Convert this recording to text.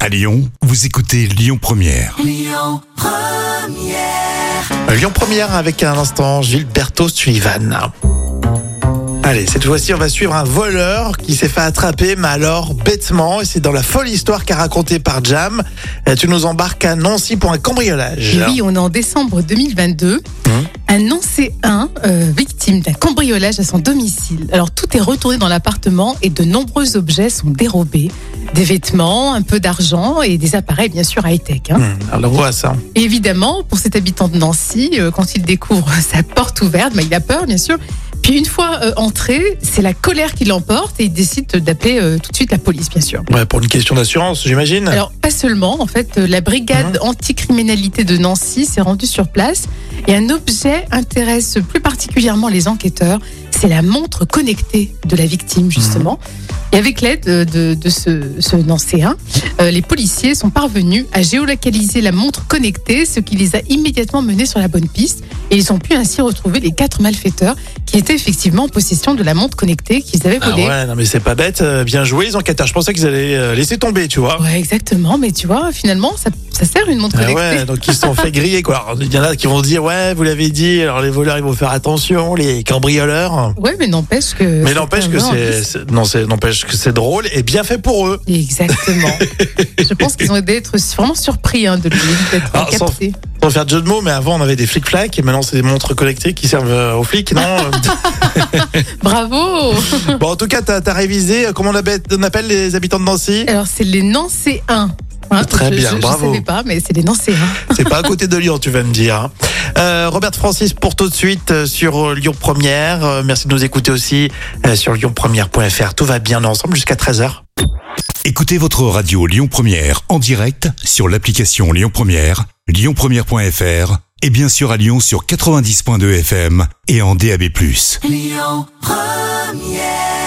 À Lyon, vous écoutez Lyon Première. Lyon Première avec un instant Gilberto Sullivan. Allez, cette fois-ci, on va suivre un voleur qui s'est fait attraper, mais alors bêtement. Et c'est dans la folle histoire qu'a racontée par Jam. Tu nous embarques à Nancy pour un cambriolage. Et oui, on est en décembre 2022. Un Nancéen victime d'un cambriolage à son domicile. Alors tout est retourné dans l'appartement et de nombreux objets sont dérobés. Des vêtements, un peu d'argent et des appareils bien sûr high-tech. Alors on voit ça. Et évidemment, pour cet habitant de Nancy, quand il découvre sa porte ouverte, il a peur bien sûr. Puis une fois entré, c'est la colère qui l'emporte et il décide d'appeler tout de suite la police, bien sûr. Ouais, pour une question d'assurance, j'imagine. Alors, pas seulement. En fait, la brigade anticriminalité de Nancy s'est rendue sur place et un objet intéresse plus particulièrement les enquêteurs. C'est la montre connectée de la victime, justement. Et avec l'aide de ce Nancéen, les policiers sont parvenus à géolocaliser la montre connectée, ce qui les a immédiatement menés sur la bonne piste. Et ils ont pu ainsi retrouver les 4 malfaiteurs qui étaient effectivement en possession de la montre connectée qu'ils avaient volée. Ah ouais, non mais c'est pas bête. Bien joué les enquêteurs. Je pensais qu'ils allaient laisser tomber, tu vois. Ouais, exactement. Mais tu vois, finalement, ça sert une montre connectée. Ouais, donc ils se sont fait griller, quoi. Alors, il y en a qui vont dire, ouais, vous l'avez dit, alors les voleurs, ils vont faire attention, les cambrioleurs. Ouais, mais n'empêche que... n'empêche que c'est drôle et bien fait pour eux. Exactement. Je pense qu'ils ont dû être vraiment surpris de lui d'être capté. Sans faire de jeu de mots, mais avant on avait des flic-flac et maintenant c'est des montres connectées qui servent aux flics, non? Bravo. Bon, en tout cas, t'as révisé. Comment on appelle les habitants de Nancy? Alors c'est les Nancéens. Très bien, bravo. Je ne savais pas, mais c'est les Nancéens. C'est pas à côté de Lyon, tu vas me dire. Robert Francis pour tout de suite sur Lyon Première. Merci de nous écouter aussi sur lyonpremière.fr. Tout va bien ensemble jusqu'à 13h. Écoutez votre radio Lyon Première en direct sur l'application Lyon Première, lyonpremière.fr et bien sûr à Lyon sur 90.2 FM et en DAB+. Lyon Première.